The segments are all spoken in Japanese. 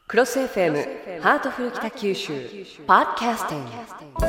クロス FM ハートフル北九州パーキャスティング。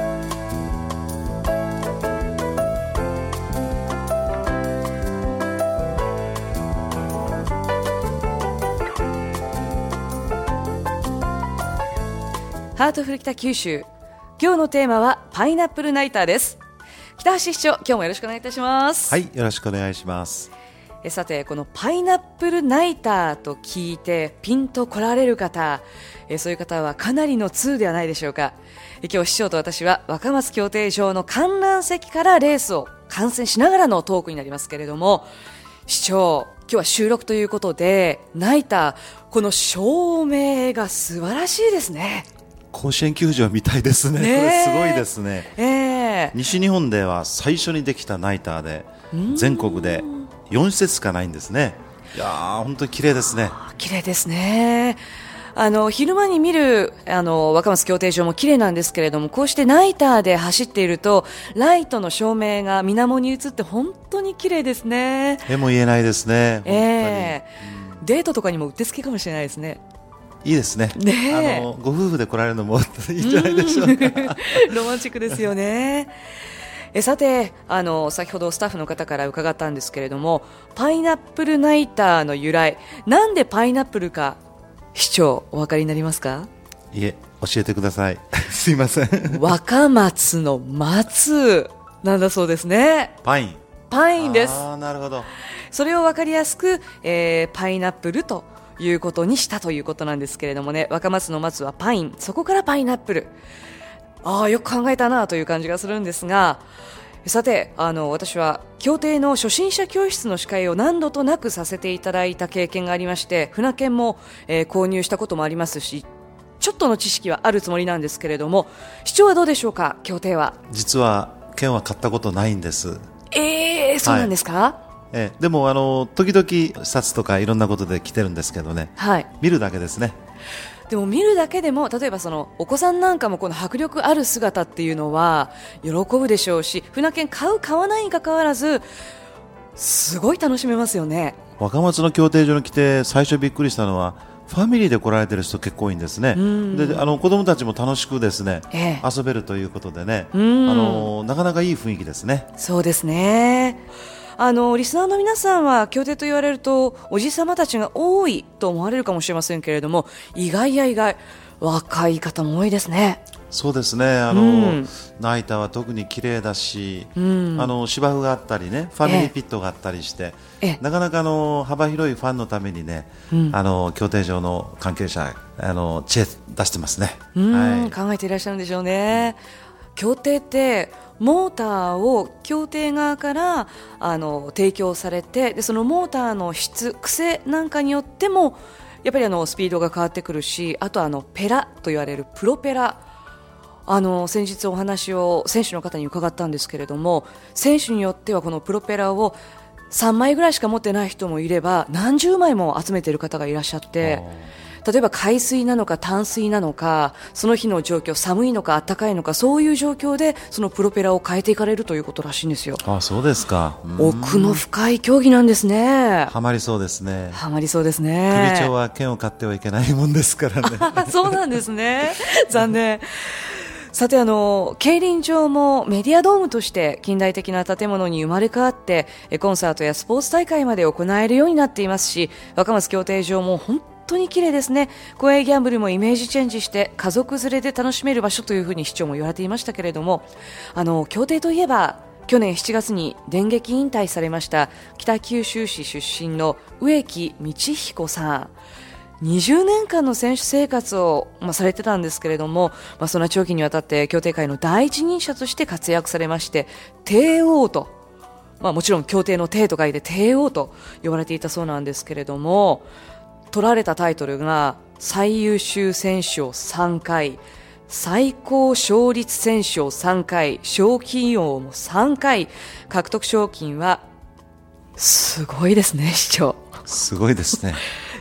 ハートフル北九州、今日のテーマはパイナップルナイターです。北橋市長、今日もよろしくお願いいたします。 はい、よろしくお願いします。 さて、このパイナップルナイターと聞いてピンと来られる方、そういう方はかなりの通ではないでしょうか。今日市長と私は若松競艇場の観覧席からレースを観戦しながらのトークになりますけれども、市長、今日は収録ということでナイター、この照明が素晴らしいですね。 甲子園球場みたいですね。これすごいですね。西日本では最初にできたナイターで、全国で4施設しかないんですね。いやー、本当に綺麗ですね。 綺麗ですね。昼間に見る若松競艇場も綺麗なんですけれども、こうしてナイターで走っているとライトの照明が水面に映って本当に綺麗ですね。 絵も言えないですね。 デートとかにもうってつけかもしれないですね。 いいですね。ご夫婦で来られるのもいいんじゃないでしょうか。 ロマンチックですよね。さて、先ほどスタッフの方から伺ったんですけれども、パイナップルナイターの由来、なんでパイナップルか市長お分かりになりますか？ いえ、教えてください。すいません。 若松の松なんだそうですね。 パインです。 なるほど。 それを分かりやすく、パイナップルということにしたということなんですけれどもね。若松の松はパイン、そこからパイナップル。よく考えたなという感じがするんですが、さて、私は競艇の初心者教室の司会を何度となくさせていただいた経験がありまして、船券も、購入したこともありますし、ちょっとの知識はあるつもりなんですけれども、市長はどうでしょうか？競艇は実は券は買ったことないんです。 そうなんですか？ でも時々視察とかいろんなことで来てるんですけどね、見るだけですね。 でも見るだけでも、例えばそのお子さんなんかもこの迫力ある姿っていうのは喜ぶでしょうし、船券買う買わないにかかわらずすごい楽しめますよね。 若松の競艇場に来て最初びっくりしたのは、ファミリーで来られてる人結構多いんですね。で子供たちも楽しくですね、遊べるということでね、なかなかいい雰囲気ですね。 そうですね。リスナーの皆さんは競艇と言われるとおじさまたちが多いと思われるかもしれませんけれども、意外や意外若い方も多いですね。 そうですね。ナイターは特に綺麗だし、芝生があったりね、ファミリーピットがあったりして、なかなか幅広いファンのためにね、競艇場の関係者知恵出してますね。 考えていらっしゃるんでしょうね。競艇ってモーターを競艇側から提供されて、でそのモーターの質、癖なんかによってもやっぱりスピードが変わってくるし、あとペラと言われるプロペラ、先日お話を選手の方に伺ったんですけれども、選手によってはこのプロペラを3枚ぐらいしか持ってない人もいれば、何十枚も集めている方がいらっしゃって、例えば海水なのか淡水なのか、その日の状況、寒いのか暖かいのか、そういう状況でそのプロペラを変えていかれるということらしいんですよ。 そうですか。 奥の深い競技なんですね。 はまりそうですね。 はまりそうですね。 首長は券を買ってはいけないもんですからね。 そうなんですね。残念。さて、競輪場もメディアドームとして近代的な建物に生まれ変わって、コンサートやスポーツ大会まで行えるようになっていますし、若松競艇場も本当に綺麗ですね。公営ギャンブルもイメージチェンジして家族連れで楽しめる場所というふうに市長も言われていましたけれども、競艇といえば去年7月に電撃引退されました北九州市出身の植木道彦さん、20年間の選手生活を、されてたんですけれども、そんな長期にわたって競艇界の第一人者として活躍されまして、帝王と、もちろん競艇の帝と書いて帝王と呼ばれていたそうなんですけれども、取られたタイトルが最優秀選手を3回、最高勝率選手を3回、賞金王も3回、獲得賞金はすごいですね、市長。 すごいですね。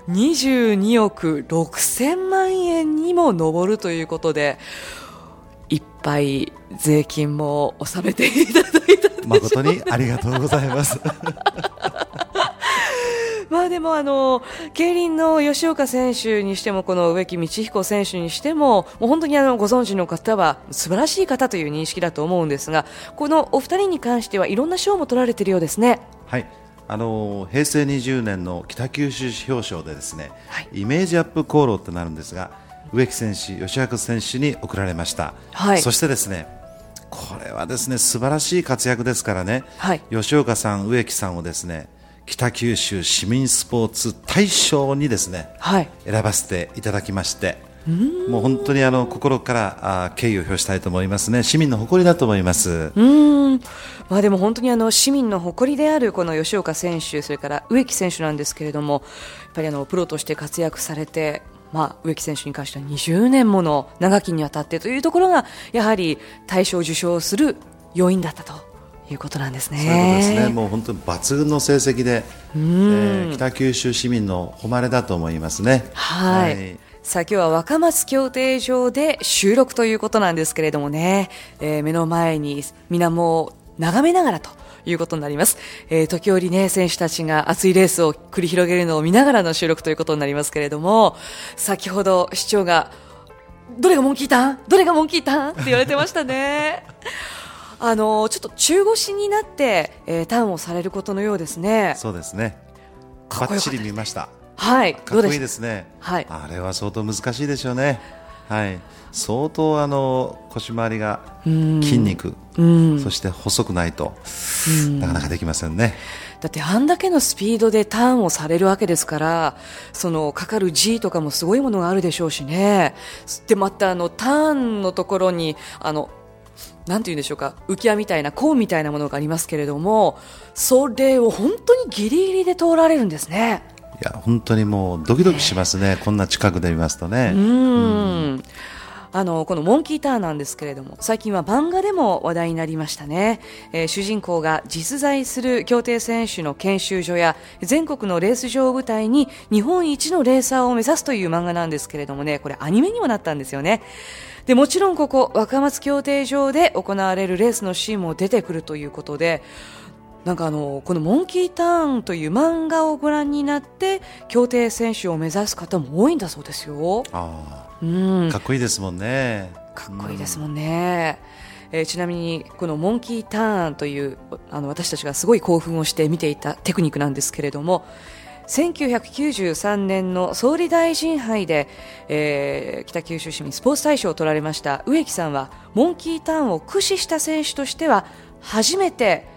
22億6000万円にも上るということで、いっぱい税金も納めていただいたんでしょう。 誠にありがとうございます。 でも競輪の吉岡選手にしてもこの植木道彦選手にしても、もう本当にご存知の方は素晴らしい方という認識だと思うんですが、このお二人に関してはいろんな賞も取られているようですね。 はい、平成2020年の北九州市表彰でですね、はい、イメージアップ功労となるんですが、植木選手、吉岡選手に贈られました、はい、そしてですね、これはですね素晴らしい活躍ですからね、はい、吉岡さん、植木さんをですね北九州市民スポーツ大賞にですね、はい、選ばせていただきまして、もう本当に心から敬意を表したいと思いますね。市民の誇りだと思います。 でも本当に市民の誇りであるこの吉岡選手、それから植木選手なんですけれども、やっぱりプロとして活躍されて、植木選手に関しては20年もの長きにわたってというところがやはり大賞を受賞する要因だったということなんですね。 そういうことですね。もう本当に抜群の成績で、北九州市民の誉れだと思いますね。 はい、さあ今日は若松競艇場で収録ということなんですけれどもね、目の前に水面を眺めながらということになります。時折ね、選手たちが熱いレースを繰り広げるのを見ながらの収録ということになりますけれども、先ほど市長がどれがモンキーターンどれがモンキーターンって言われてましたね。ちょっと中腰になって、ターンをされることのようですね。 そうですね。バッチリ見ました。 はい、 かっこいいですね。はい、あれは相当難しいでしょうね。はい、相当腰回りが筋肉、そして細くないとなかなかできませんね。 だってあんだけのスピードでターンをされるわけですから、そのかかる G とかもすごいものがあるでしょうしね。でまたターンのところになんていうんでしょうか、浮き輪みたいなコーンみたいなものがありますけれども、それを本当にギリギリで通られるんですね。 いや本当にもうドキドキしますね、こんな近くで見ますとね。 このモンキーターンなんですけれども、最近は漫画でも話題になりましたね。主人公が実在する競艇選手の研修所や全国のレース場を舞台に日本一のレーサーを目指すという漫画なんですけれどもね、これアニメにもなったんですよね。でもちろんここ若松競艇場で行われるレースのシーンも出てくるということで、なんかこのモンキーターンという漫画をご覧になって競艇選手を目指す方も多いんだそうですよ。 かっこいいですもんね。 かっこいいですもんね。ちなみにこのモンキーターンという私たちがすごい興奮をして見ていたテクニックなんですけれども、1993年の総理大臣杯で、北九州市民スポーツ大賞を取られました植木さんは、モンキーターンを駆使した選手としては初めて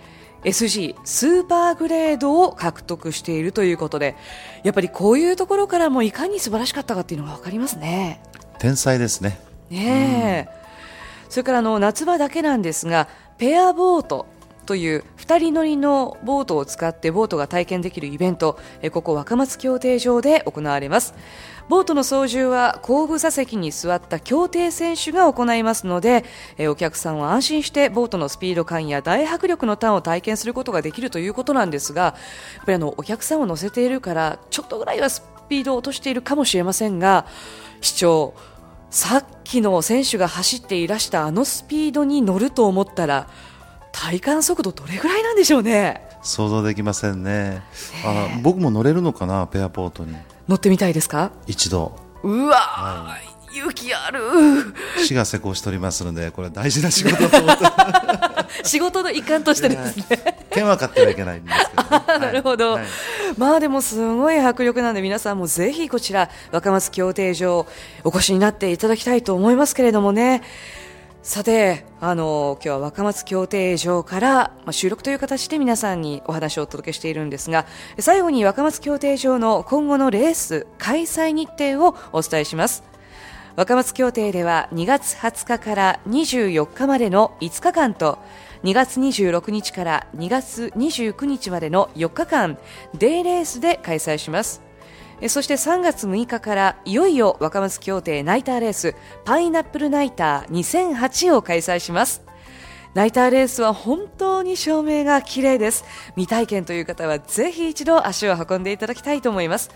SG スーパーグレードを獲得しているということで、やっぱりこういうところからもいかに素晴らしかったかっていうのが分かりますね。 天才ですね。 それから夏場だけなんですが、ペアボートという2人乗りのボートを使ってボートが体験できるイベント、ここ若松競艇場で行われます。ボートの操縦は後部座席に座った競艇選手が行いますので、お客さんは安心してボートのスピード感や大迫力のターンを体験することができるということなんですが、やっぱりお客さんを乗せているからちょっとぐらいはスピードを落としているかもしれませんが、市長、さっきの選手が走っていらしたスピードに乗ると思ったら体感速度どれぐらいなんでしょうね。 想像できませんね。僕も乗れるのかな、ペアボートに。 乗ってみたいですか？ 一度。 うわ、勇気ある。 市が施工しておりますので、これ大事な仕事だと思って仕事の一環としてですね。 剣は買ってはいけないんですけど、 なるほど。でもすごい迫力なんで、皆さんもぜひこちら若松競艇場お越しになっていただきたいと思いますけれどもね。さて、今日は若松競艇場から、収録という形で皆さんにお話をお届けしているんですが、最後に若松競艇場の今後のレース開催日程をお伝えします。若松競艇では2月20日から24日までの5日間と、2月26日から2月29日までの4日間、デイレースで開催します。そして3月6日からいよいよ若松競艇ナイターレースパイナップルナイター2008を開催します。ナイターレースは本当に照明が綺麗です。未体験という方はぜひ一度足を運んでいただきたいと思います。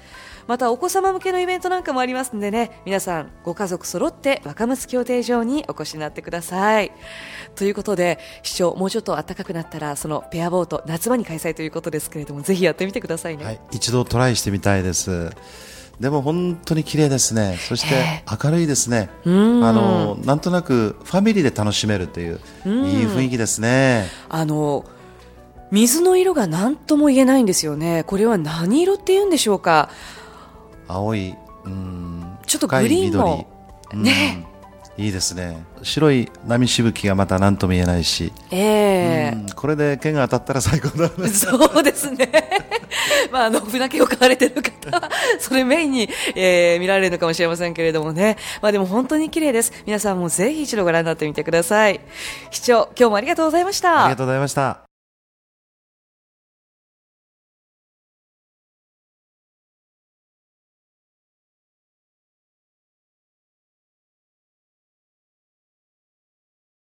またお子様向けのイベントなんかもありますのでね、皆さんご家族揃って若松競艇場にお越しになってください。ということで、市長、もうちょっと暖かくなったらそのペアボート夏場に開催ということですけれども、ぜひやってみてくださいね。 はい、一度トライしてみたいです。でも本当に綺麗ですね。そして明るいですね。なんとなくファミリーで楽しめるといういい雰囲気ですね。 水の色が何とも言えないんですよね。これは何色って言うんでしょうか。 青い、 ちょっとグリーンもね、 いいですね。白い波しぶきがまた何とも言えないし、これで剣が当たったら最高だね。 そうですね。船券を買われている方はそれメインに、見られるのかもしれませんけれどもね。でも本当に綺麗です。皆さんもぜひ一度ご覧になってみてください。市長、今日もありがとうございました。 ありがとうございました。